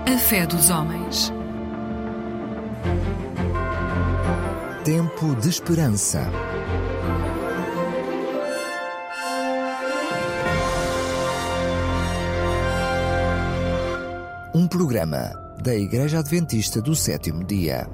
A fé dos homens. Tempo de esperança. Um programa da Igreja Adventista do Sétimo Dia.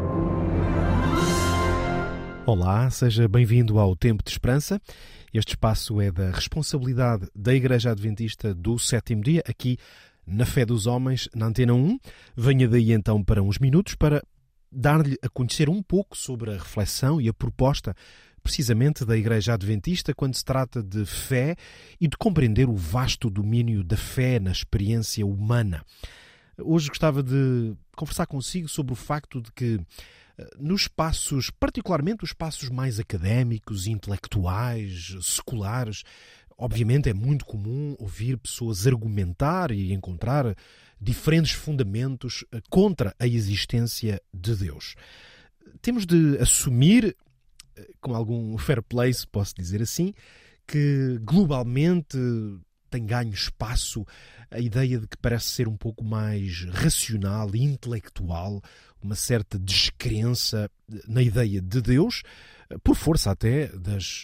Olá, seja bem-vindo ao Tempo de Esperança. Este espaço é da responsabilidade da Igreja Adventista do Sétimo Dia, aqui na Fé dos Homens, na Antena 1. Venha daí então para uns minutos para dar-lhe a conhecer um pouco sobre a reflexão e a proposta precisamente da Igreja Adventista quando se trata de fé e de compreender o vasto domínio da fé na experiência humana. Hoje gostava de conversar consigo sobre o facto de que nos espaços, particularmente os espaços mais académicos, intelectuais, seculares, obviamente é muito comum ouvir pessoas argumentar e encontrar diferentes fundamentos contra a existência de Deus. Temos de assumir, com algum fair play, se posso dizer assim, que globalmente tem ganho espaço a ideia de que parece ser um pouco mais racional e intelectual, uma certa descrença na ideia de Deus, por força até das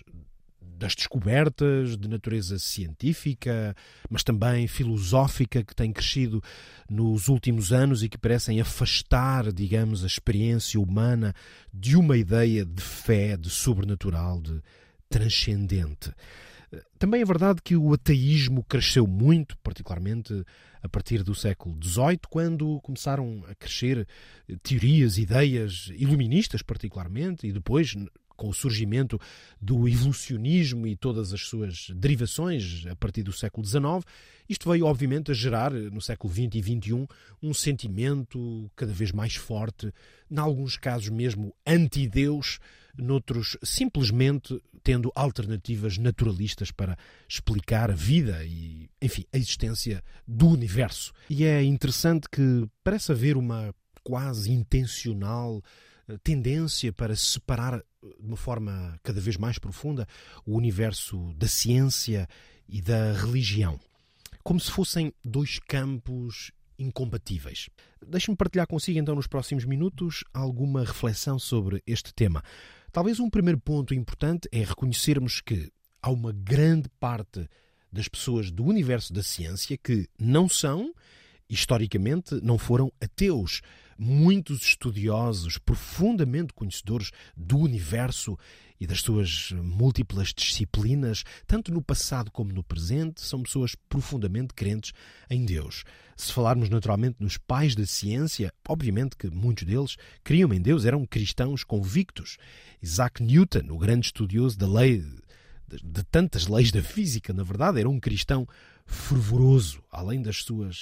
descobertas de natureza científica, mas também filosófica, que têm crescido nos últimos anos e que parecem afastar, digamos, a experiência humana de uma ideia de fé, de sobrenatural, de transcendente. Também é verdade que o ateísmo cresceu muito, particularmente a partir do século XVIII, quando começaram a crescer teorias, ideias iluministas, particularmente, e depois, com o surgimento do evolucionismo e todas as suas derivações a partir do século XIX, isto veio, obviamente, a gerar, no século XX e XXI, um sentimento cada vez mais forte, em alguns casos mesmo anti-Deus, noutros simplesmente tendo alternativas naturalistas para explicar a vida e, enfim, a existência do universo. E é interessante que parece haver uma quase intencional tendência para separar de uma forma cada vez mais profunda o universo da ciência e da religião, como se fossem dois campos incompatíveis. Deixe-me partilhar consigo então nos próximos minutos alguma reflexão sobre este tema. Talvez um primeiro ponto importante é reconhecermos que há uma grande parte das pessoas do universo da ciência que não são, historicamente, não foram ateus. Muitos estudiosos, profundamente conhecedores do universo e das suas múltiplas disciplinas, tanto no passado como no presente, são pessoas profundamente crentes em Deus. Se falarmos naturalmente nos pais da ciência, obviamente que muitos deles criam em Deus, eram cristãos convictos. Isaac Newton, o grande estudioso da lei, de tantas leis da física, na verdade, era um cristão fervoroso, além da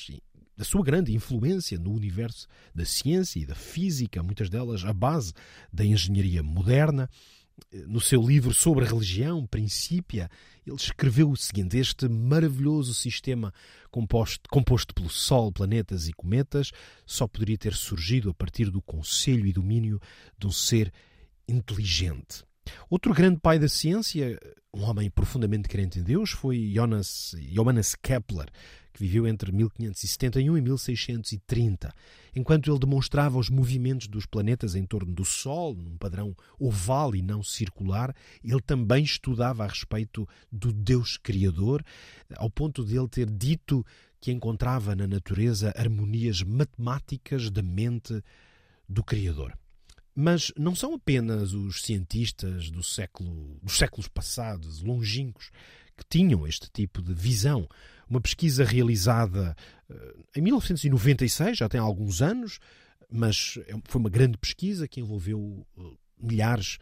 sua grande influência no universo da ciência e da física, muitas delas a base da engenharia moderna. No seu livro sobre a religião, Principia, ele escreveu o seguinte: este maravilhoso sistema composto pelo Sol, planetas e cometas só poderia ter surgido a partir do conselho e domínio de um ser inteligente. Outro grande pai da ciência, um homem profundamente crente em Deus, foi Johannes Kepler, que viveu entre 1571 e 1630. Enquanto ele demonstrava os movimentos dos planetas em torno do Sol, num padrão oval e não circular, ele também estudava a respeito do Deus Criador, ao ponto de ele ter dito que encontrava na natureza harmonias matemáticas da mente do Criador. Mas não são apenas os cientistas dos séculos passados, longínquos, que tinham este tipo de visão. Uma pesquisa realizada em 1996, já tem alguns anos, mas foi uma grande pesquisa que envolveu milhares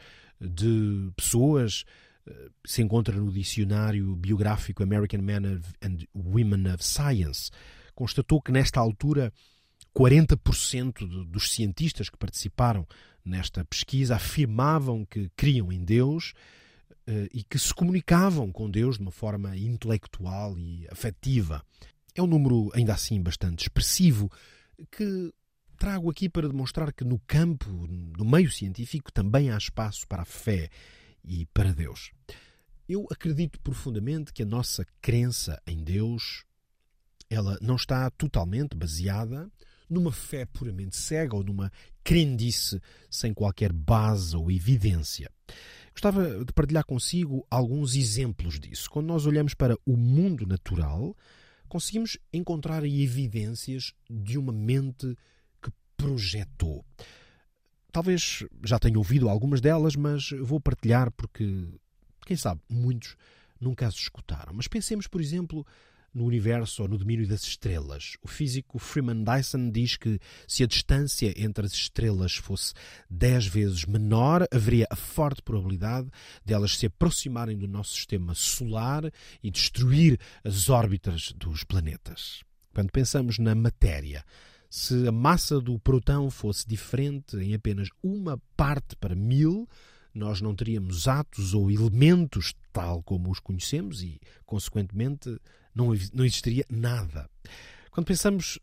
de pessoas. Se encontra no dicionário biográfico American Men and Women of Science. Constatou que nesta altura 40% dos cientistas que participaram nesta pesquisa afirmavam que criam em Deus e que se comunicavam com Deus de uma forma intelectual e afetiva. É um número ainda assim bastante expressivo que trago aqui para demonstrar que no campo, no meio científico, também há espaço para a fé e para Deus. Eu acredito profundamente que a nossa crença em Deus, ela não está totalmente baseada numa fé puramente cega ou numa crendice sem qualquer base ou evidência. Gostava de partilhar consigo alguns exemplos disso. Quando nós olhamos para o mundo natural, conseguimos encontrar evidências de uma mente que projetou. Talvez já tenha ouvido algumas delas, mas vou partilhar porque, quem sabe, muitos nunca as escutaram. Mas pensemos, por exemplo, no universo ou no domínio das estrelas. O físico Freeman Dyson diz que se a distância entre as estrelas fosse 10 vezes menor, haveria a forte probabilidade de elas se aproximarem do nosso sistema solar e destruir as órbitas dos planetas. Quando pensamos na matéria, se a massa do próton fosse diferente em apenas uma parte para 1000, nós não teríamos átomos ou elementos tal como os conhecemos e, consequentemente, não existiria nada. Quando pensamos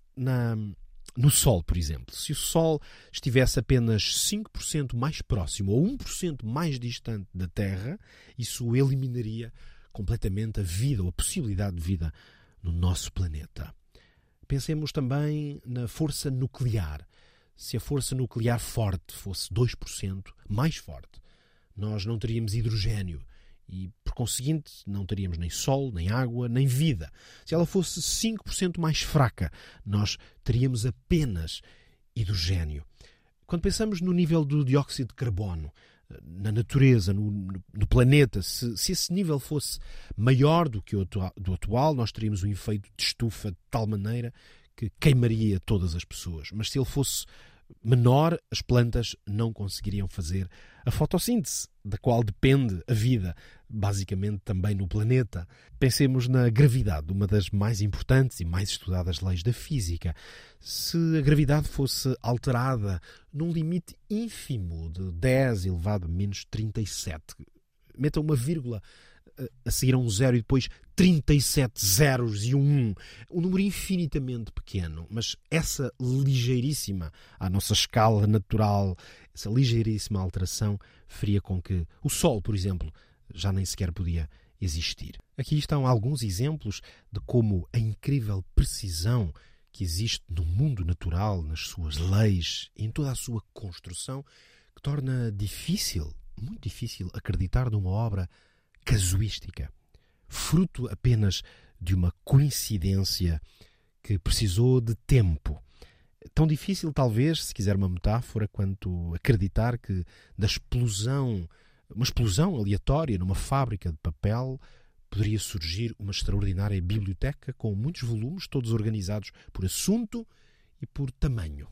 no Sol, por exemplo, se o Sol estivesse apenas 5% mais próximo ou 1% mais distante da Terra, isso eliminaria completamente a vida ou a possibilidade de vida no nosso planeta. Pensemos também na força nuclear. Se a força nuclear forte fosse 2% mais forte, nós não teríamos hidrogênio e, por conseguinte, não teríamos nem sol, nem água, nem vida. Se ela fosse 5% mais fraca, nós teríamos apenas hidrogênio. Quando pensamos no nível do dióxido de carbono, na natureza, no planeta, se esse nível fosse maior do que o do atual, nós teríamos um efeito de estufa de tal maneira que queimaria todas as pessoas. Mas se ele fosse menor, as plantas não conseguiriam fazer a fotossíntese, da qual depende a vida, basicamente também no planeta. Pensemos na gravidade, uma das mais importantes e mais estudadas leis da física. Se a gravidade fosse alterada num limite ínfimo de 10 elevado a menos 37, meta uma vírgula a seguir a um zero e depois 37 zeros e um número infinitamente pequeno, mas essa ligeiríssima, à nossa escala natural, essa ligeiríssima alteração faria com que o Sol, por exemplo, já nem sequer podia existir. Aqui estão alguns exemplos de como a incrível precisão que existe no mundo natural, nas suas leis, em toda a sua construção, que torna difícil, muito difícil, acreditar numa obra casuística, fruto apenas de uma coincidência que precisou de tempo. Tão difícil, talvez, se quiser uma metáfora, quanto acreditar que uma explosão aleatória numa fábrica de papel poderia surgir uma extraordinária biblioteca com muitos volumes, todos organizados por assunto e por tamanho.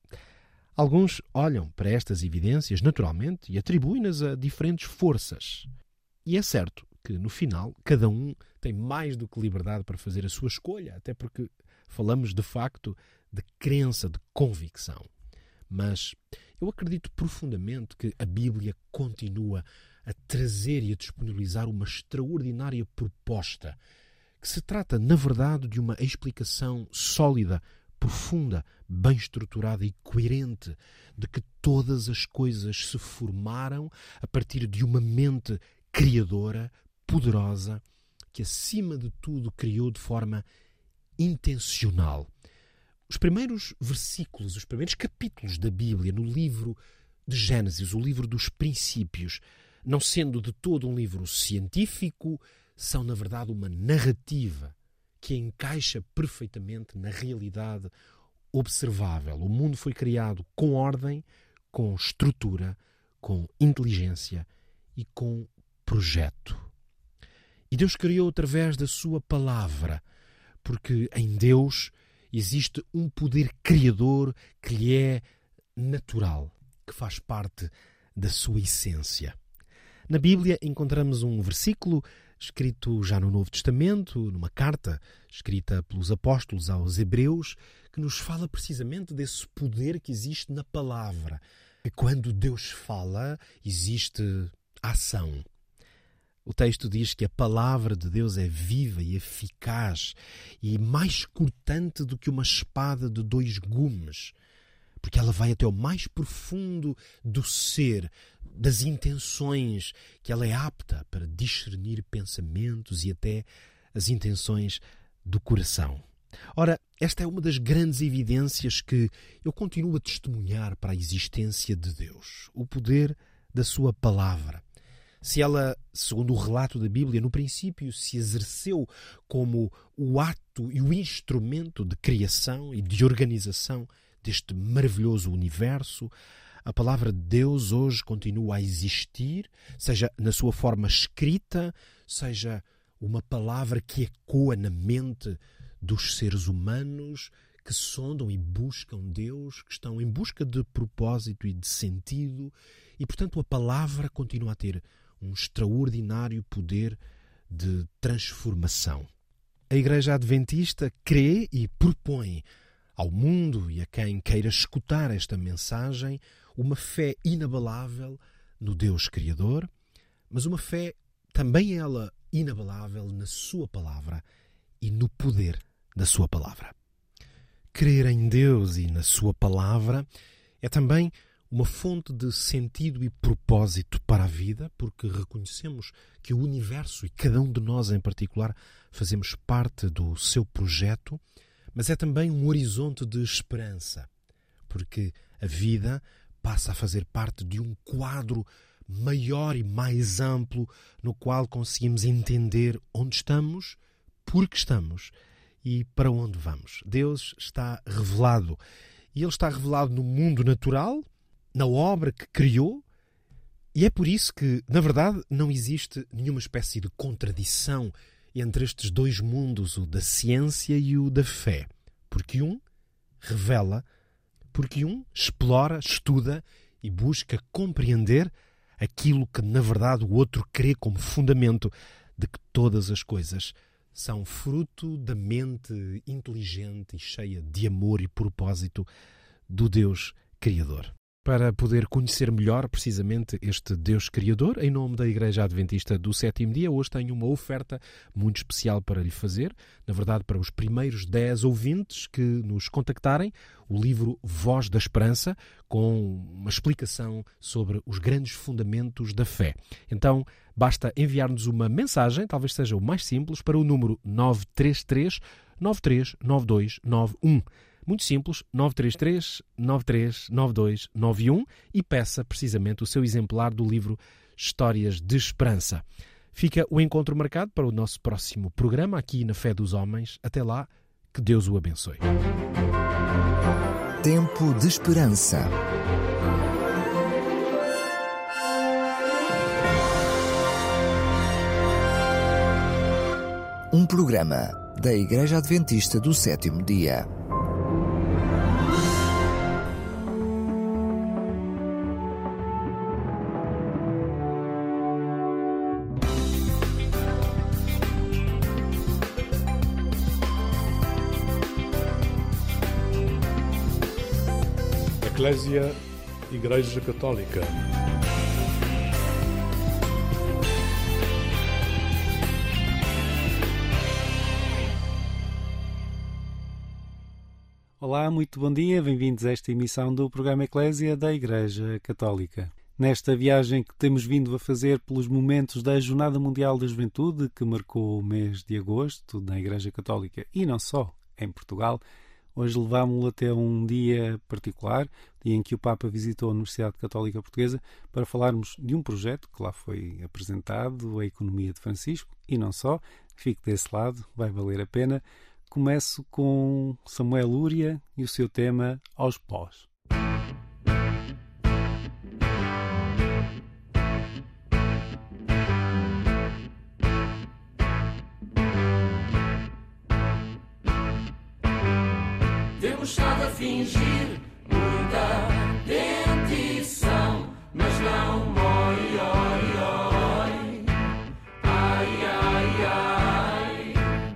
Alguns olham para estas evidências, naturalmente, e atribuem-nas a diferentes forças. E é certo que, no final, cada um tem mais do que liberdade para fazer a sua escolha, até porque falamos, de facto, de crença, de convicção. Mas eu acredito profundamente que a Bíblia continua a trazer e a disponibilizar uma extraordinária proposta, que se trata, na verdade, de uma explicação sólida, profunda, bem estruturada e coerente de que todas as coisas se formaram a partir de uma mente criadora, poderosa, que acima de tudo criou de forma intencional. Os primeiros versículos, os primeiros capítulos da Bíblia, no livro de Gênesis, o livro dos princípios, não sendo de todo um livro científico, são na verdade uma narrativa que encaixa perfeitamente na realidade observável. O mundo foi criado com ordem, com estrutura, com inteligência e com projeto. E Deus criou através da sua palavra, porque em Deus existe um poder criador que lhe é natural, que faz parte da sua essência. Na Bíblia encontramos um versículo escrito já no Novo Testamento, numa carta escrita pelos apóstolos aos Hebreus, que nos fala precisamente desse poder que existe na palavra. E quando Deus fala, existe ação. O texto diz que a palavra de Deus é viva e eficaz e mais cortante do que uma espada de 2 gumes, porque ela vai até o mais profundo do ser, das intenções, que ela é apta para discernir pensamentos e até as intenções do coração. Ora, esta é uma das grandes evidências que eu continuo a testemunhar para a existência de Deus, o poder da sua palavra. Se ela, segundo o relato da Bíblia, no princípio se exerceu como o ato e o instrumento de criação e de organização deste maravilhoso universo, a palavra de Deus hoje continua a existir, seja na sua forma escrita, seja uma palavra que ecoa na mente dos seres humanos que sondam e buscam Deus, que estão em busca de propósito e de sentido, e, portanto, a palavra continua a ter um extraordinário poder de transformação. A Igreja Adventista crê e propõe ao mundo e a quem queira escutar esta mensagem uma fé inabalável no Deus Criador, mas uma fé também ela inabalável na sua palavra e no poder da sua palavra. Crer em Deus e na sua palavra é também uma fonte de sentido e propósito para a vida, porque reconhecemos que o universo e cada um de nós em particular fazemos parte do seu projeto, mas é também um horizonte de esperança, porque a vida passa a fazer parte de um quadro maior e mais amplo no qual conseguimos entender onde estamos, por que estamos e para onde vamos. Deus está revelado e Ele está revelado no mundo natural, na obra que criou, e é por isso que, na verdade, não existe nenhuma espécie de contradição entre estes dois mundos, o da ciência e o da fé. Porque um revela, porque um explora, estuda e busca compreender aquilo que, na verdade, o outro crê como fundamento de que todas as coisas são fruto da mente inteligente e cheia de amor e propósito do Deus Criador. Para poder conhecer melhor precisamente este Deus Criador, em nome da Igreja Adventista do Sétimo Dia, hoje tenho uma oferta muito especial para lhe fazer. Na verdade, para os primeiros 10 ouvintes que nos contactarem, o livro Voz da Esperança, com uma explicação sobre os grandes fundamentos da fé. Então, basta enviar-nos uma mensagem, talvez seja o mais simples, para o número 933 939291. Muito simples, 933-939291 e peça precisamente o seu exemplar do livro Histórias de Esperança. Fica o encontro marcado para o nosso próximo programa aqui na Fé dos Homens. Até lá, que Deus o abençoe. Tempo de Esperança. Um programa da Igreja Adventista do Sétimo Dia. Eclésia, Igreja Católica. Olá, muito bom dia, bem-vindos a esta emissão do programa Eclésia da Igreja Católica. Nesta viagem que temos vindo a fazer pelos momentos da Jornada Mundial da Juventude, que marcou o mês de agosto na Igreja Católica e não só em Portugal, hoje levámo-lo até um dia particular, dia em que o Papa visitou a Universidade Católica Portuguesa, para falarmos de um projeto que lá foi apresentado, a Economia de Francisco, e não só. Fique desse lado, vai valer a pena. Começo com Samuel Lúria e o seu tema Aos Pós. Temos estado a fingir muita dentição, mas não oi, oi, oi. Ai, ai, ai.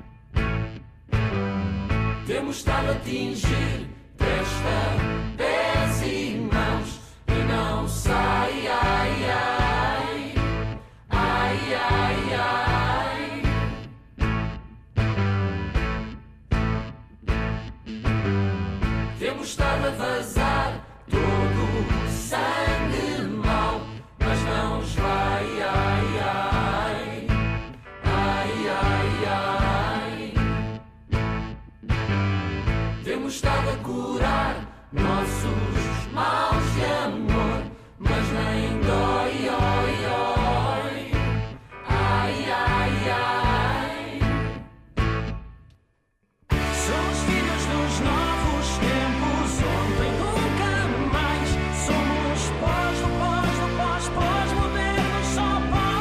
Temos estado a tingir testa, pés e mãos e não sai, ai, ai. Ai, ai, ai. Temos estado a vazar todo o sangue mau, mas não os vai, ai, ai. Ai, ai, ai. estado a curar nossos maus de amor, mas nem dói, oi, oi. Ai, ai, ai. Somos filhos dos novos tempos, ontem nunca mais. Somos pós do pós do pós, pós modernos, só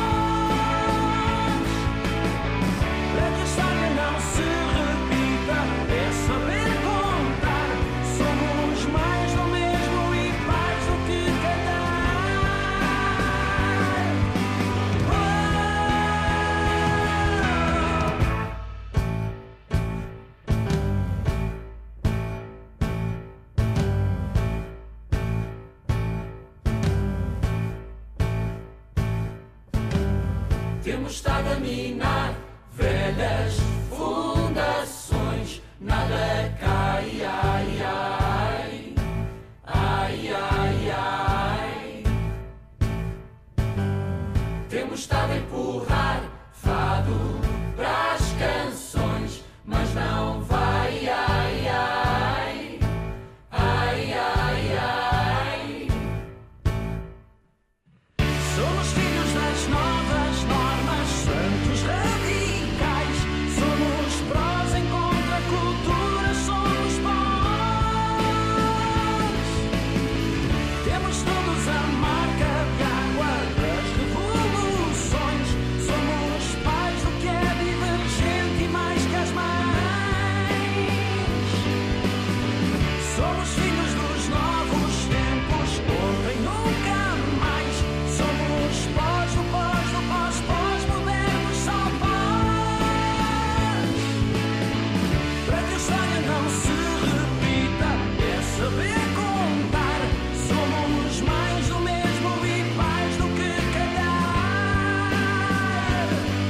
pós. Para que a história não se repita, é saber contar. Somos mais do mesmo e mais do que cantar. Temos estado a minar velhas fundações, nada cai, ai, ai, ai, ai, ai. Temos estado a empurrar fado para as canções, mas não vai, ai, ai, ai, ai, ai. Somos filhos das novas normas, santos radicais. Somos prós em contra a cultura, somos pós. Temos todos a marca de água das revoluções. Somos pais do que é divergente e mais que as mães. Somos filhos dos novos tempos, ontem nunca mais. Somos pós do pós do pós, pós modernos, só pós. Para que a história não se repita, é saber contar. Somos mais do mesmo e mais do que calhar.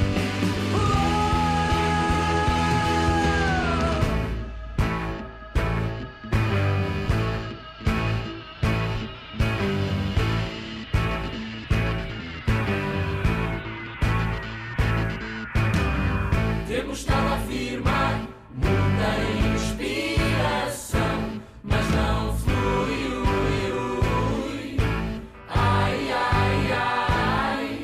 Temos estado a afirmar muita inspiração, mas não flui, ui, ui. Ai, ai, ai.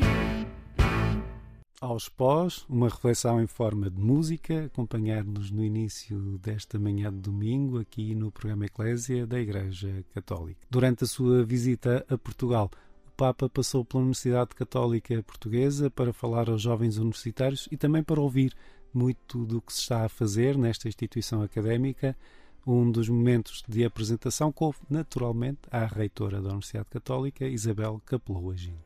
Aos pós, uma reflexão em forma de música, acompanhar-nos no início desta manhã de domingo, aqui no programa Eclésia da Igreja Católica. Durante a sua visita a Portugal, o Papa passou pela Universidade Católica Portuguesa para falar aos jovens universitários e também para ouvir muito do que se está a fazer nesta instituição académica. Um dos momentos de apresentação coube, naturalmente, à reitora da Universidade Católica, Isabel Capelou Agim.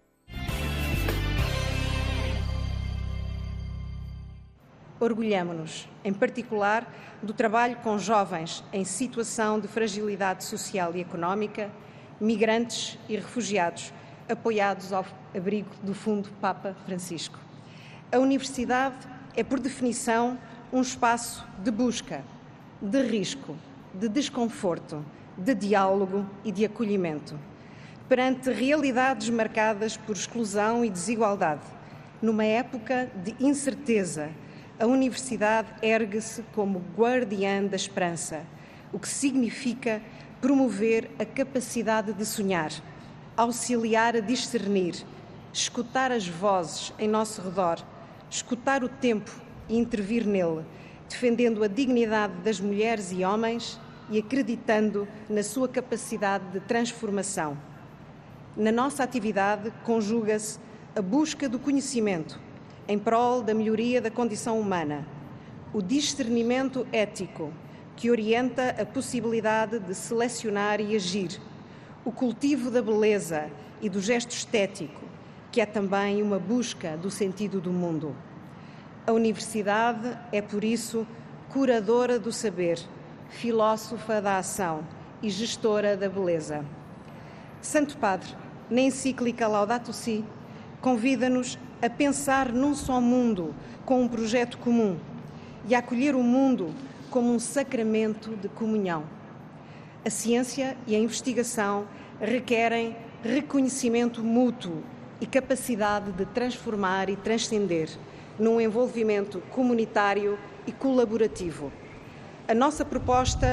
Orgulhamo-nos, em particular, do trabalho com jovens em situação de fragilidade social e económica, migrantes e refugiados, apoiados ao abrigo do Fundo Papa Francisco. A universidade é, por definição, um espaço de busca, de risco, de desconforto, de diálogo e de acolhimento. Perante realidades marcadas por exclusão e desigualdade, numa época de incerteza, a universidade ergue-se como guardiã da esperança, o que significa promover a capacidade de sonhar, auxiliar a discernir, escutar as vozes em nosso redor, escutar o tempo e intervir nele, defendendo a dignidade das mulheres e homens e acreditando na sua capacidade de transformação. Na nossa atividade conjuga-se a busca do conhecimento em prol da melhoria da condição humana, o discernimento ético que orienta a possibilidade de selecionar e agir, o cultivo da beleza e do gesto estético, que é também uma busca do sentido do mundo. A universidade é, por isso, curadora do saber, filósofa da ação e gestora da beleza. Santo Padre, na encíclica Laudato Si, convida-nos a pensar num só mundo com um projeto comum e a acolher o mundo como um sacramento de comunhão. A ciência e a investigação requerem reconhecimento mútuo e capacidade de transformar e transcender num envolvimento comunitário e colaborativo. A nossa proposta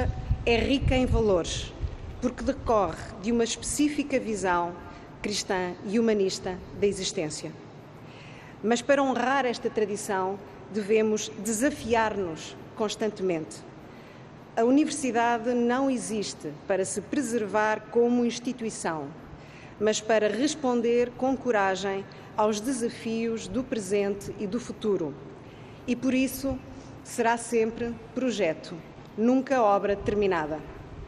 é rica em valores, porque decorre de uma específica visão cristã e humanista da existência. Mas para honrar esta tradição, devemos desafiar-nos constantemente. A universidade não existe para se preservar como instituição, mas para responder com coragem aos desafios do presente e do futuro. E por isso será sempre projeto, nunca obra terminada.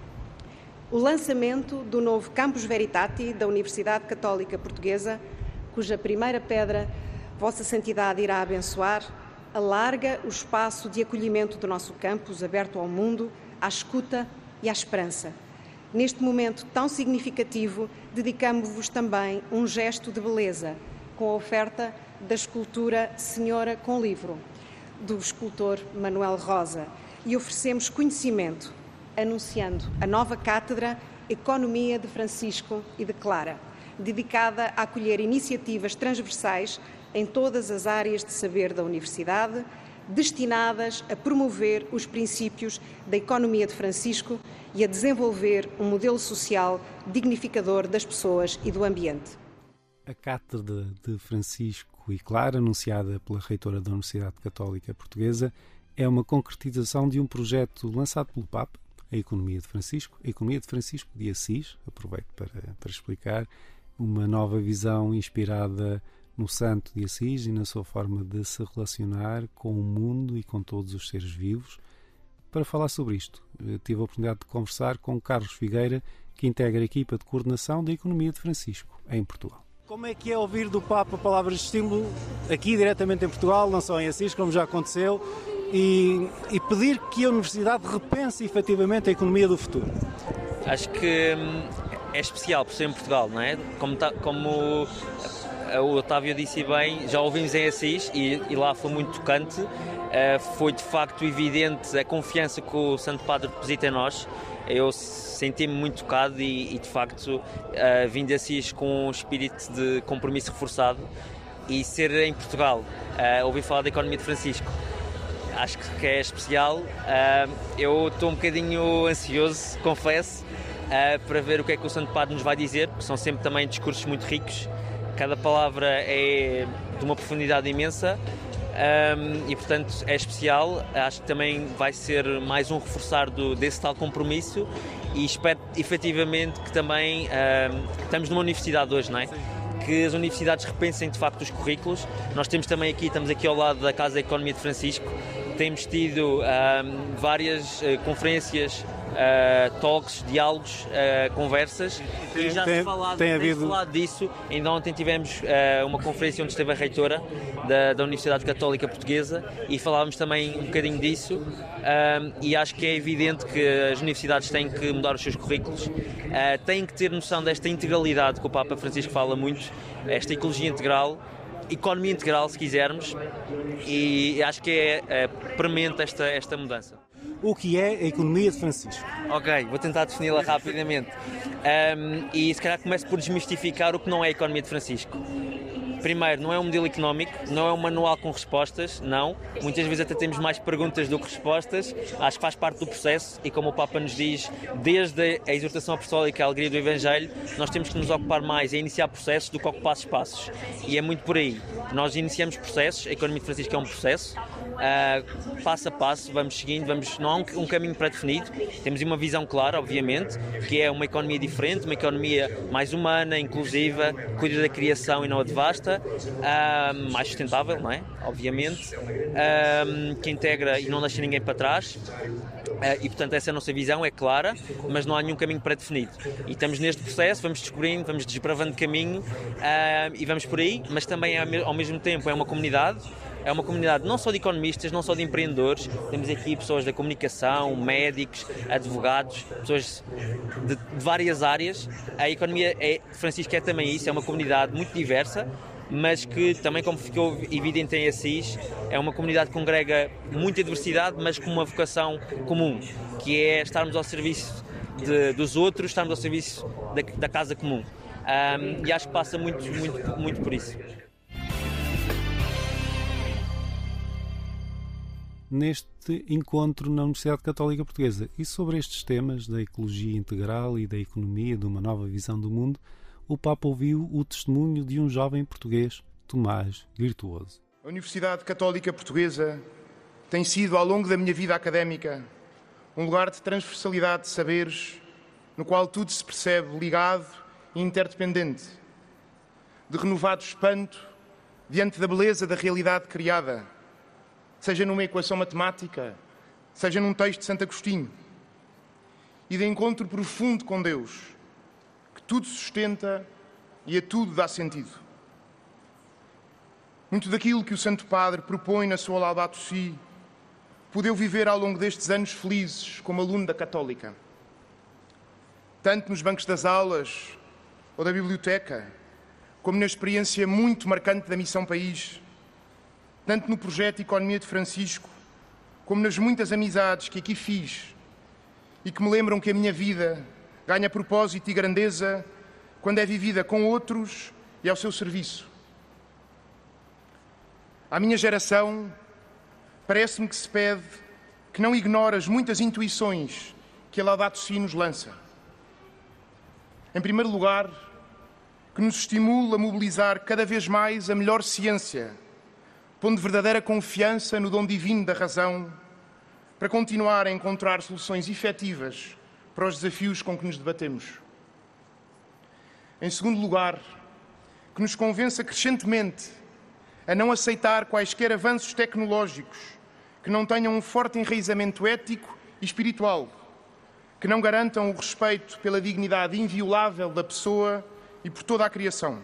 O lançamento do novo Campus Veritati da Universidade Católica Portuguesa, cuja primeira pedra Vossa Santidade irá abençoar, alarga o espaço de acolhimento do nosso campus aberto ao mundo, à escuta e à esperança. Neste momento tão significativo, dedicamos-vos também um gesto de beleza, com a oferta da escultura Senhora com Livro, do escultor Manuel Rosa, e oferecemos conhecimento, anunciando a nova cátedra Economia de Francisco e de Clara, dedicada a acolher iniciativas transversais em todas as áreas de saber da Universidade, destinadas a promover os princípios da economia de Francisco e a desenvolver um modelo social dignificador das pessoas e do ambiente. A Cátedra de Francisco e Clara, anunciada pela reitora da Universidade Católica Portuguesa, é uma concretização de um projeto lançado pelo Papa, a Economia de Francisco de Assis, aproveito para explicar, uma nova visão inspirada no Santo de Assis e na sua forma de se relacionar com o mundo e com todos os seres vivos. Para falar sobre isto, tive a oportunidade de conversar com Carlos Figueira, que integra a equipa de coordenação da Economia de Francisco, em Portugal. Como é que é ouvir do Papa palavras de estímulo aqui diretamente em Portugal, não só em Assis, como já aconteceu, e pedir que a Universidade repense efetivamente a economia do futuro? Acho que é especial por ser em Portugal, não é? Como o Otávio disse bem, já ouvimos em Assis e lá foi muito tocante. Foi de facto evidente a confiança que o Santo Padre deposita em nós. Eu senti-me muito tocado e de facto vim de Assis com um espírito de compromisso reforçado, e ser em Portugal, ouvir falar da Economia de Francisco, acho que é especial. Eu estou um bocadinho ansioso, confesso, para ver o que é que o Santo Padre nos vai dizer, porque são sempre também discursos muito ricos. Cada palavra é de uma profundidade imensa e, portanto, é especial. Acho que também vai ser mais um reforçar desse tal compromisso, e espero efetivamente que também estamos numa universidade hoje, não é? Que as universidades repensem de facto os currículos. Nós estamos aqui ao lado da Casa da Economia de Francisco, temos tido várias conferências, talks, diálogos, conversas, e já se falado disso. Ainda ontem tivemos uma conferência onde esteve a reitora da Universidade Católica Portuguesa e falávamos também um bocadinho disso, e acho que é evidente que as universidades têm que mudar os seus currículos, têm que ter noção desta integralidade que o Papa Francisco fala muito, esta ecologia integral, economia integral, se quisermos, e acho que é premente esta mudança. O que é a Economia de Francisco? Ok, vou tentar defini-la rapidamente. E se calhar começo por desmistificar o que não é a Economia de Francisco. Primeiro, não é um modelo económico, não é um manual com respostas, não. Muitas vezes até temos mais perguntas do que respostas. Acho que faz parte do processo e, como o Papa nos diz, desde a exortação apostólica à alegria do Evangelho, nós temos que nos ocupar mais em iniciar processos do que ocupar espaços. E é muito por aí. Nós iniciamos processos, a Economia de Francisco é um processo, passo a passo, vamos seguindo, não há um caminho pré-definido, temos uma visão clara, obviamente, que é uma economia diferente, uma economia mais humana, inclusiva, cuida da criação e não a devasta, mais sustentável, não é? Obviamente, que integra e não deixa ninguém para trás. E portanto essa é a nossa visão, é clara, mas não há nenhum caminho pré-definido, e estamos neste processo, vamos descobrindo, vamos desbravando caminho, e vamos por aí, mas também ao mesmo tempo é uma comunidade não só de economistas, não só de empreendedores, temos aqui pessoas da comunicação, médicos, advogados, pessoas de várias áreas. A Economia de Francisco é também isso, é uma comunidade muito diversa, mas que também, como ficou evidente em Assis, é uma comunidade que congrega muita diversidade, mas com uma vocação comum, que é estarmos ao serviço dos outros, estarmos ao serviço da casa comum. E acho que passa muito, muito, muito por isso. Neste este encontro na Universidade Católica Portuguesa. E sobre estes temas da ecologia integral e da economia, de uma nova visão do mundo, o Papa ouviu o testemunho de um jovem português, Tomás Virtuoso. A Universidade Católica Portuguesa tem sido, ao longo da minha vida académica, um lugar de transversalidade de saberes, no qual tudo se percebe ligado e interdependente, de renovado espanto diante da beleza da realidade criada, seja numa equação matemática, seja num texto de Santo Agostinho, e de encontro profundo com Deus, que tudo sustenta e a tudo dá sentido. Muito daquilo que o Santo Padre propõe na sua Laudato Si, pude eu viver ao longo destes anos felizes como aluno da Católica. Tanto nos bancos das aulas ou da biblioteca, como na experiência muito marcante da Missão País, tanto no projeto Economia de Francisco, como nas muitas amizades que aqui fiz e que me lembram que a minha vida ganha propósito e grandeza quando é vivida com outros e ao seu serviço. À minha geração, parece-me que se pede que não ignore as muitas intuições que a Laudato Si nos lança. Em primeiro lugar, que nos estimula a mobilizar cada vez mais a melhor ciência, pondo verdadeira confiança no dom divino da razão, para continuar a encontrar soluções efetivas para os desafios com que nos debatemos. Em segundo lugar, que nos convença crescentemente a não aceitar quaisquer avanços tecnológicos que não tenham um forte enraizamento ético e espiritual, que não garantam o respeito pela dignidade inviolável da pessoa e por toda a criação.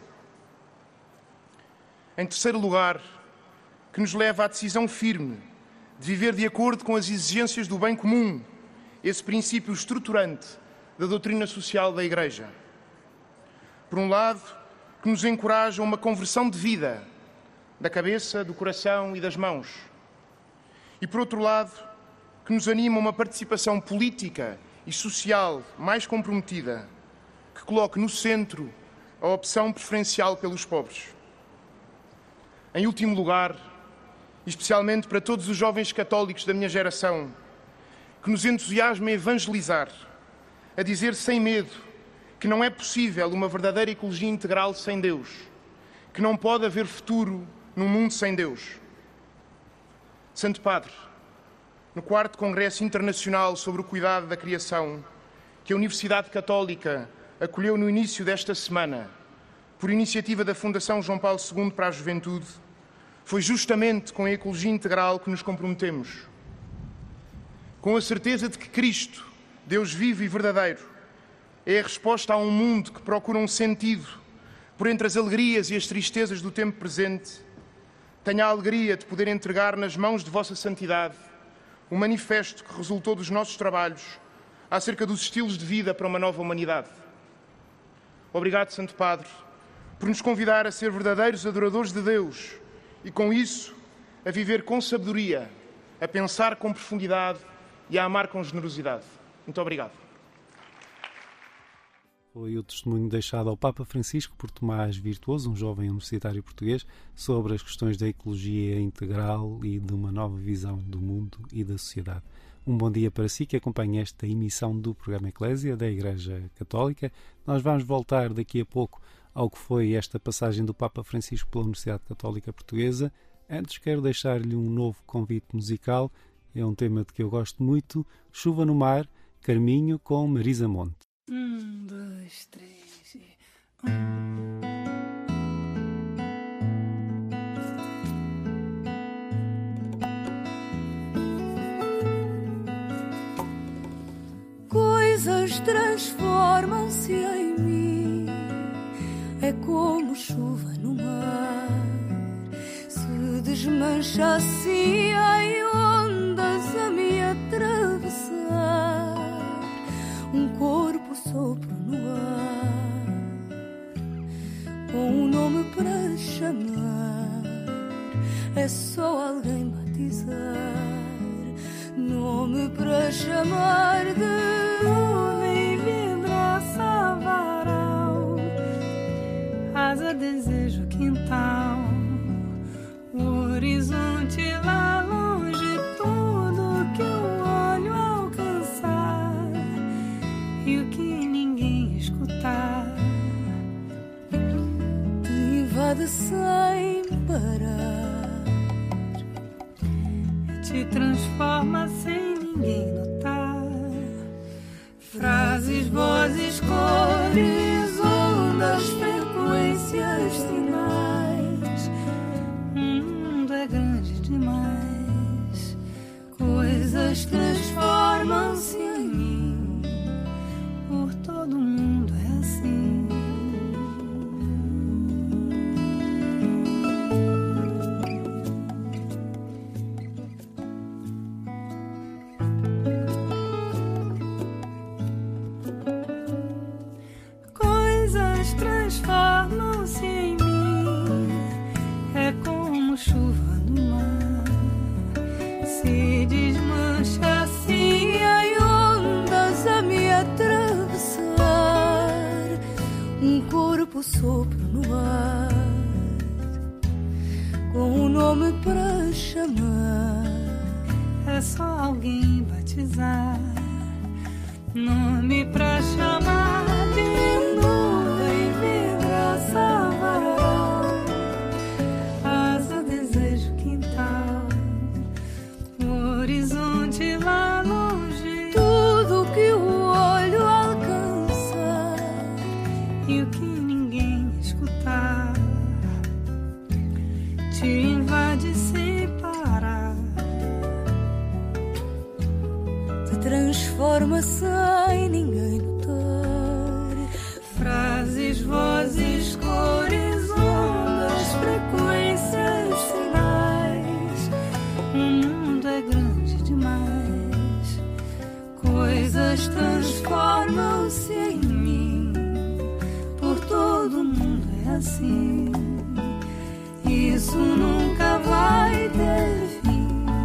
Em terceiro lugar, que nos leva à decisão firme de viver de acordo com as exigências do bem comum, esse princípio estruturante da doutrina social da Igreja. Por um lado, que nos encoraja a uma conversão de vida, da cabeça, do coração e das mãos. E por outro lado, que nos anima a uma participação política e social mais comprometida, que coloque no centro a opção preferencial pelos pobres. Em último lugar, especialmente para todos os jovens católicos da minha geração, que nos entusiasme a evangelizar, a dizer sem medo que não é possível uma verdadeira ecologia integral sem Deus, que não pode haver futuro num mundo sem Deus. Santo Padre, no 4º Congresso Internacional sobre o Cuidado da Criação, que a Universidade Católica acolheu no início desta semana, por iniciativa da Fundação João Paulo II para a Juventude, foi justamente com a ecologia integral que nos comprometemos. Com a certeza de que Cristo, Deus vivo e verdadeiro, é a resposta a um mundo que procura um sentido por entre as alegrias e as tristezas do tempo presente, tenho a alegria de poder entregar nas mãos de Vossa Santidade o manifesto que resultou dos nossos trabalhos acerca dos estilos de vida para uma nova humanidade. Obrigado, Santo Padre, por nos convidar a ser verdadeiros adoradores de Deus e, com isso, a viver com sabedoria, a pensar com profundidade e a amar com generosidade. Muito obrigado. Foi o testemunho deixado ao Papa Francisco por Tomás Virtuoso, um jovem universitário português, sobre as questões da ecologia integral e de uma nova visão do mundo e da sociedade. Um bom dia para si que acompanha esta emissão do programa Eclésia da Igreja Católica. Nós vamos voltar daqui a pouco ao que foi esta passagem do Papa Francisco pela Universidade Católica Portuguesa. Antes quero deixar-lhe um novo convite musical. É um tema de que eu gosto muito. Chuva no Mar, Carminho com Marisa Monte. 1, 2, 3 e... Coisas transformam-se em mim, é como chuva no mar, se desmancha assim em ondas a me atravessar, um corpo sopro no ar, com um nome para chamar, é só alguém batizar, nome para chamar de nuvem, vibraça, varal, asa, desejo, quintal, o horizonte lá longe, tudo e o que ninguém escutar te invade sem parar, te transforma sem ninguém notar. Frases, vozes, cores, ondas, frequências, sinais. O mundo é grande demais. Coisas transformam-se em mim. Por todo mundo é assim. Transformam-se em mim, é como chuva no mar, se desmancha assim em ondas a me atravessar, um corpo sopro no ar, com um nome pra chamar, é só alguém batizar, nome pra chamar de asa, desejo, quintal, o horizonte lá longe, tudo que o olho alcançar e o que ninguém escutar te invade sem parar, te transforma sem ninguém notar. Frases, vozes, cores, ondas, frequências, sinais. O mundo é grande demais. Coisas transformam-se em mim. Por todo mundo é assim. Isso nunca vai ter fim.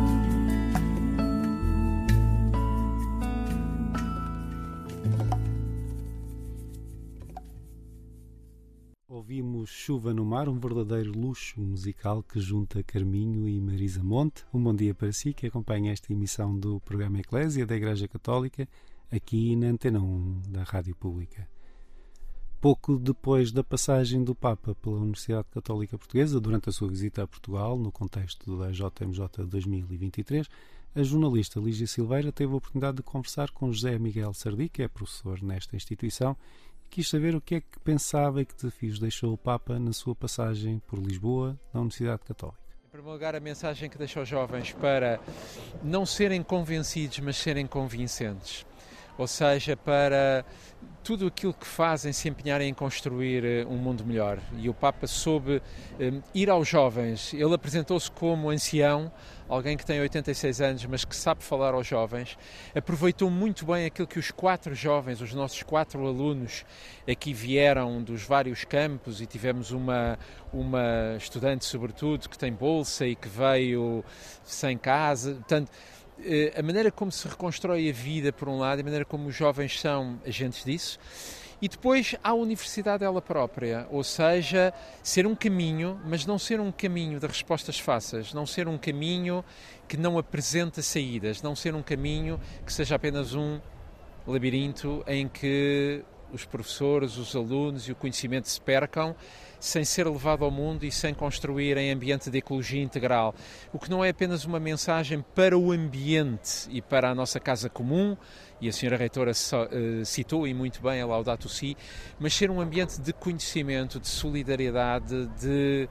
Ouvimos Chuva no Mar, um verdadeiro luxo musical que junta Carminho e Marisa Monte. Um bom dia para si que acompanha esta emissão do programa Eclésia da Igreja Católica, aqui na Antena 1 da Rádio Pública. Pouco depois da passagem do Papa pela Universidade Católica Portuguesa, durante a sua visita a Portugal, no contexto da JMJ 2023, a jornalista Lígia Silveira teve a oportunidade de conversar com José Miguel Sardi, que é professor nesta instituição, quis saber o que é que pensava e que desafios deixou o Papa na sua passagem por Lisboa, na Universidade Católica. Em primeiro lugar, a mensagem que deixa aos jovens para não serem convencidos, mas serem convincentes. Ou seja, para tudo aquilo que fazem se empenharem em construir um mundo melhor. E o Papa soube ir aos jovens. Ele apresentou-se como ancião, alguém que tem 86 anos, mas que sabe falar aos jovens. Aproveitou muito bem aquilo que os 4 jovens, os nossos 4 alunos, aqui vieram dos vários campos, e tivemos uma estudante, sobretudo, que tem bolsa e que veio sem casa. Portanto, a maneira como se reconstrói a vida, por um lado, e a maneira como os jovens são agentes disso. E depois há a universidade ela própria, ou seja, ser um caminho, mas não ser um caminho de respostas fáceis, não ser um caminho que não apresenta saídas, não ser um caminho que seja apenas um labirinto em que os professores, os alunos e o conhecimento se percam, sem ser levado ao mundo e sem construir em ambiente de ecologia integral. O que não é apenas uma mensagem para o ambiente e para a nossa casa comum, e a senhora reitora citou e muito bem a Laudato Si, mas ser um ambiente de conhecimento, de solidariedade, de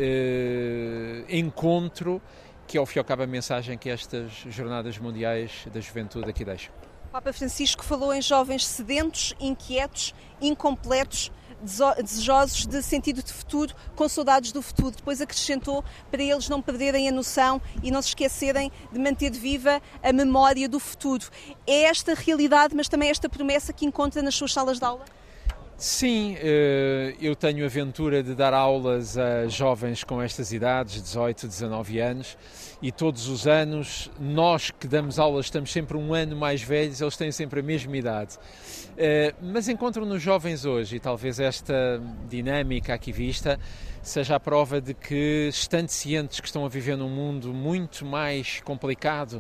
encontro, que é ao fim e ao cabo a mensagem que estas Jornadas Mundiais da Juventude aqui deixam. O Papa Francisco falou em jovens sedentos, inquietos, incompletos, desejosos de sentido de futuro, com saudades do futuro. Depois acrescentou para eles não perderem a noção e não se esquecerem de manter viva a memória do futuro. É esta realidade, mas também esta promessa que encontra nas suas salas de aula? Sim, eu tenho a aventura de dar aulas a jovens com estas idades, 18, 19 anos, e todos os anos nós que damos aulas estamos sempre um ano mais velhos, eles têm sempre a mesma idade. Mas encontro nos jovens hoje, e talvez esta dinâmica aqui vista seja a prova de que, estando cientes que estão a viver num mundo muito mais complicado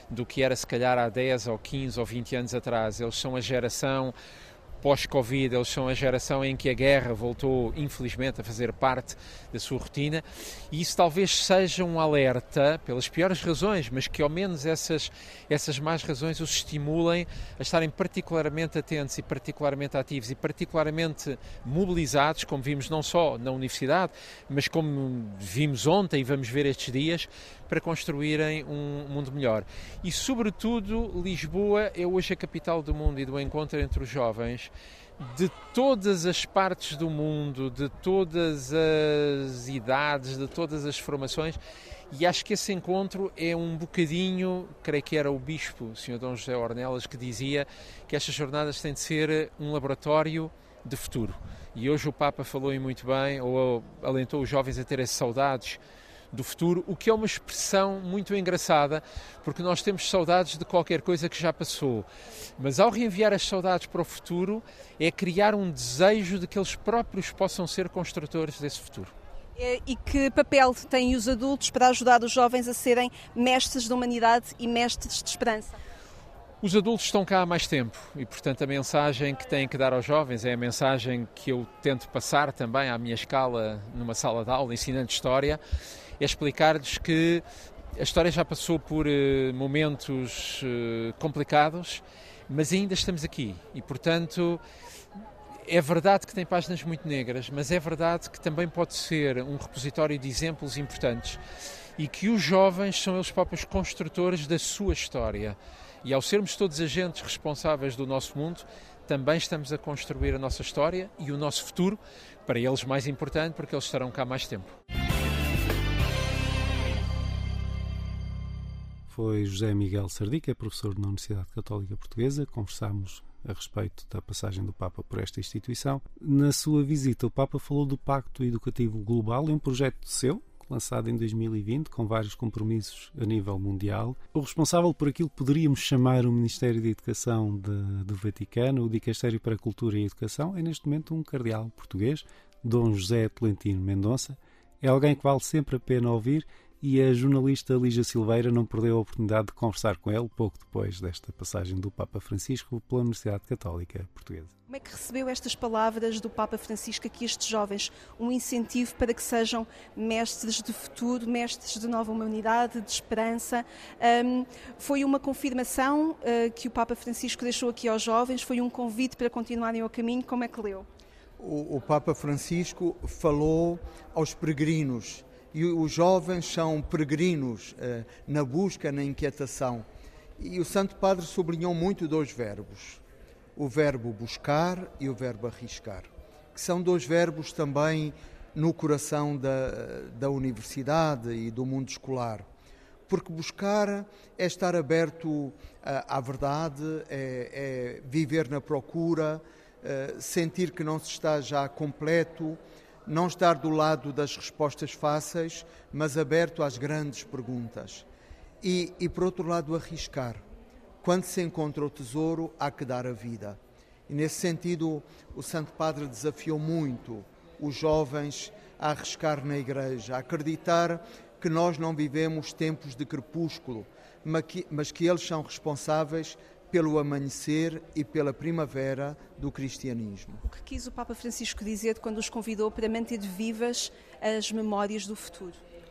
do que era se calhar há 10 ou 15 ou 20 anos atrás. Eles são a geração pós-Covid, eles são a geração em que a guerra voltou, infelizmente, a fazer parte da sua rotina, e isso talvez seja um alerta, pelas piores razões, mas que ao menos essas más razões os estimulem a estarem particularmente atentos e particularmente ativos e particularmente mobilizados, como vimos não só na universidade, mas como vimos ontem e vamos ver estes dias, para construírem um mundo melhor. E, sobretudo, Lisboa é hoje a capital do mundo e do encontro entre os jovens de todas as partes do mundo, de todas as idades, de todas as formações, e acho que esse encontro é um bocadinho, creio que era o Bispo, o Sr. Dom José Ornelas, que dizia que estas jornadas têm de ser um laboratório de futuro. E hoje o Papa falou muito bem, ou alentou os jovens a terem saudades do futuro, o que é uma expressão muito engraçada, porque nós temos saudades de qualquer coisa que já passou, mas ao reenviar as saudades para o futuro é criar um desejo de que eles próprios possam ser construtores desse futuro. E que papel têm os adultos para ajudar os jovens a serem mestres da humanidade e mestres de esperança? Os adultos estão cá há mais tempo e, portanto, a mensagem que têm que dar aos jovens é a mensagem que eu tento passar também à minha escala numa sala de aula, ensinando história, é explicar-lhes que a história já passou por momentos complicados, mas ainda estamos aqui e, portanto, é verdade que tem páginas muito negras, mas é verdade que também pode ser um repositório de exemplos importantes e que os jovens são eles próprios construtores da sua história. E ao sermos todos agentes responsáveis do nosso mundo, também estamos a construir a nossa história e o nosso futuro, para eles mais importante, porque eles estarão cá mais tempo. Foi José Miguel Sardica, professor na Universidade Católica Portuguesa. Conversámos a respeito da passagem do Papa por esta instituição. Na sua visita, o Papa falou do Pacto Educativo Global, é um projeto seu, lançado em 2020, com vários compromissos a nível mundial. O responsável por aquilo que poderíamos chamar o Ministério da Educação do Vaticano, o Dicastério para a Cultura e Educação, é neste momento um cardeal português, Dom José Tolentino Mendonça. É alguém que vale sempre a pena ouvir e a jornalista Lígia Silveira não perdeu a oportunidade de conversar com ele pouco depois desta passagem do Papa Francisco pela Universidade Católica Portuguesa. Como é que recebeu estas palavras do Papa Francisco aqui, estes jovens, um incentivo para que sejam mestres de futuro, mestres de nova humanidade, de esperança? Foi uma confirmação que o Papa Francisco deixou aqui aos jovens? Foi um convite para continuarem o caminho? Como é que leu? O Papa Francisco falou aos peregrinos, e os jovens são peregrinos na busca, na inquietação. E o Santo Padre sublinhou muito dois verbos, o verbo buscar e o verbo arriscar, que são dois verbos também no coração da universidade e do mundo escolar. Porque buscar é estar aberto à verdade, é viver na procura, sentir que não se está já completo, não estar do lado das respostas fáceis, mas aberto às grandes perguntas. E por outro lado, arriscar. Quando se encontra o tesouro, há que dar a vida. E nesse sentido, o Santo Padre desafiou muito os jovens a arriscar na Igreja, a acreditar que nós não vivemos tempos de crepúsculo, mas que eles são responsáveis pelo amanhecer e pela primavera do cristianismo. O que quis o Papa Francisco dizer quando os convidou para manter vivas as memórias do futuro?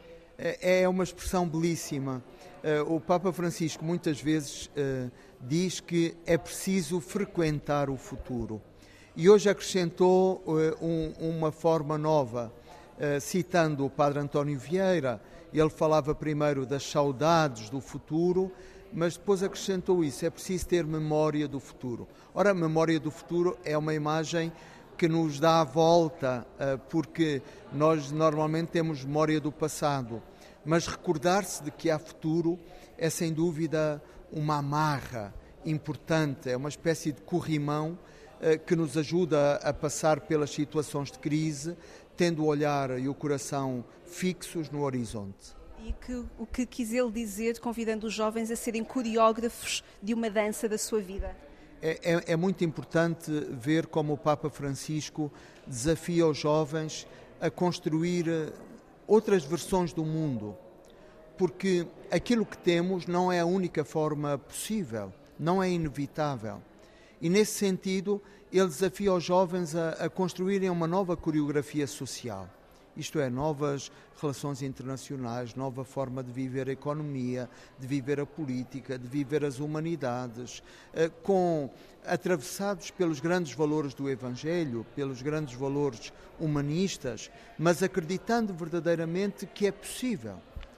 É uma expressão belíssima. O Papa Francisco muitas vezes diz que é preciso frequentar o futuro. E hoje acrescentou uma forma nova, citando o Padre António Vieira. Ele falava primeiro das saudades do futuro, mas depois acrescentou isso, é preciso ter memória do futuro. Ora, a memória do futuro é uma imagem que nos dá a volta, porque nós normalmente temos memória do passado, mas recordar-se de que há futuro é sem dúvida uma amarra importante, é uma espécie de corrimão que nos ajuda a passar pelas situações de crise, tendo o olhar e o coração fixos no horizonte. E o que quis ele dizer, convidando os jovens a serem coreógrafos de uma dança da sua vida? É muito importante ver como o Papa Francisco desafia os jovens a construir outras versões do mundo. porque aquilo que temos não é a única forma possível, não é inevitável. E nesse sentido, ele desafia os jovens a construírem uma nova coreografia social. Isto é, novas relações internacionais, nova forma de viver a economia, de viver a política, de viver as humanidades, atravessados pelos grandes valores do Evangelho, pelos grandes valores humanistas, mas acreditando verdadeiramente que é possível.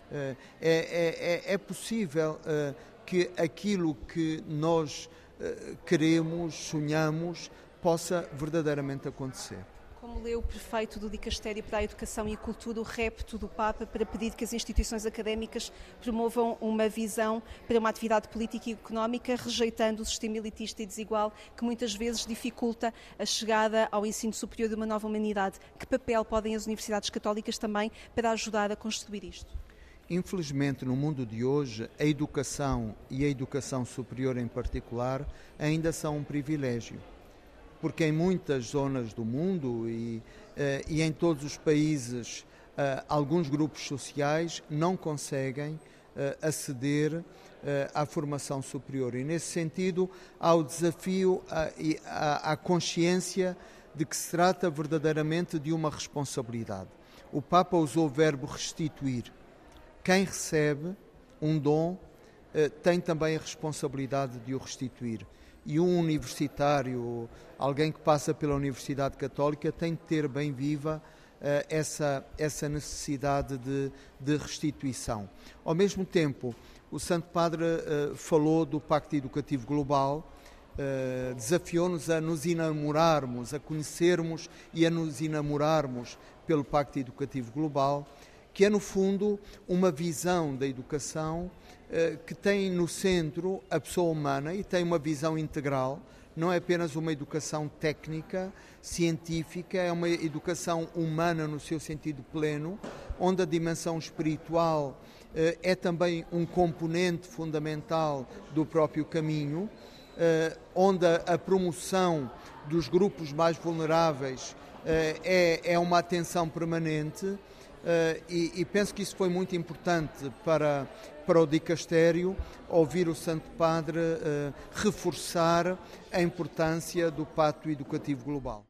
É possível que aquilo que nós queremos, sonhamos, possa verdadeiramente acontecer. Como leu o prefeito do Dicastério para a Educação e a Cultura o repto do Papa para pedir que as instituições académicas promovam uma visão para uma atividade política e económica, rejeitando o sistema elitista e desigual que muitas vezes dificulta a chegada ao ensino superior de uma nova humanidade. Que papel podem as universidades católicas também para ajudar a construir isto? Infelizmente, no mundo de hoje, a educação e a educação superior em particular ainda são um privilégio. Porque em muitas zonas do mundo e em todos os países, alguns grupos sociais não conseguem aceder à formação superior. E, nesse sentido, há o desafio à consciência de que se trata verdadeiramente de uma responsabilidade. O Papa usou o verbo restituir. Quem recebe um dom tem também a responsabilidade de o restituir. E um universitário, alguém que passa pela Universidade Católica, tem de ter bem viva essa necessidade de restituição. Ao mesmo tempo, o Santo Padre falou do Pacto Educativo Global, desafiou-nos a nos enamorarmos, a conhecermos e a nos enamorarmos pelo Pacto Educativo Global, que é, no fundo, uma visão da educação que tem no centro a pessoa humana e tem uma visão integral. Não é apenas uma educação técnica, científica, é uma educação humana no seu sentido pleno, onde a dimensão espiritual é também um componente fundamental do próprio caminho, onde a promoção dos grupos mais vulneráveis é uma atenção permanente. E penso que isso foi muito importante para o Dicastério, ouvir o Santo Padre reforçar a importância do Pacto Educativo Global.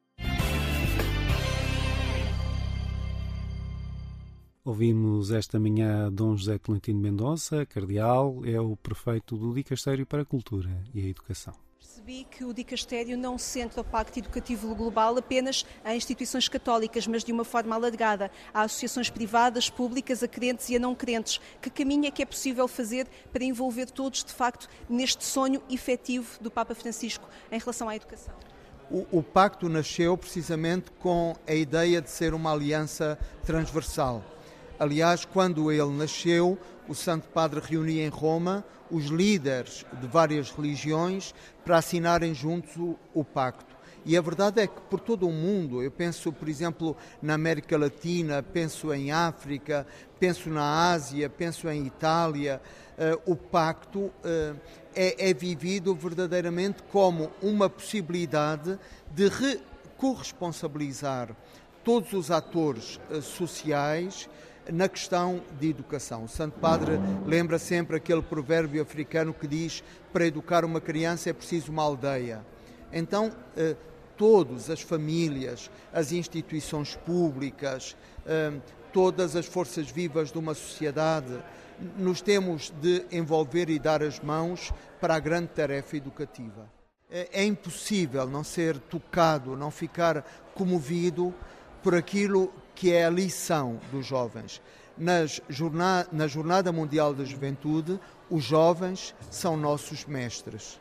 Ouvimos esta manhã Dom José Tolentino Mendonça, cardeal, é o prefeito do Dicastério para a Cultura e a Educação. Percebi que o Dicastério não centra o Pacto Educativo Global apenas a instituições católicas, mas de uma forma alargada a associações privadas, públicas, a crentes e a não crentes. Que caminho é que é possível fazer para envolver todos, de facto, neste sonho efetivo do Papa Francisco em relação à educação? O pacto nasceu precisamente com a ideia de ser uma aliança transversal. Aliás, quando ele nasceu, o Santo Padre reunia em Roma os líderes de várias religiões para assinarem juntos o pacto. E a verdade é que por todo o mundo, eu penso, por exemplo, na América Latina, penso em África, penso na Ásia, penso em Itália, o pacto é vivido verdadeiramente como uma possibilidade de corresponsabilizar todos os atores sociais na questão de educação. O Santo Padre lembra sempre aquele provérbio africano que diz: para educar uma criança é preciso uma aldeia. Então, todas as famílias, as instituições públicas, todas as forças vivas de uma sociedade, nos temos de envolver e dar as mãos para a grande tarefa educativa. É impossível não ser tocado, não ficar comovido por aquilo que é a lição dos jovens. Na Jornada Mundial da Juventude, os jovens são nossos mestres.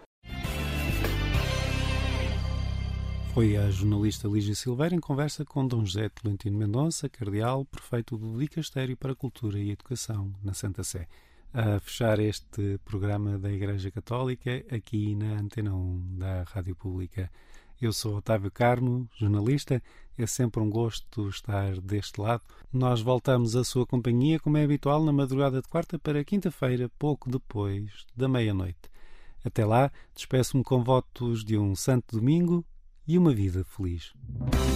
Foi a jornalista Lígia Silveira em conversa com Dom José Tolentino Mendonça, cardeal, prefeito do Dicastério para a Cultura e Educação na Santa Sé. A fechar este programa da Igreja Católica, aqui na Antena 1 da Rádio Pública. Eu sou Otávio Carmo, jornalista. É sempre um gosto estar deste lado. Nós voltamos à sua companhia, como é habitual, na madrugada de quarta para quinta-feira, pouco depois da meia-noite. Até lá, despeço-me com votos de um santo domingo e uma vida feliz.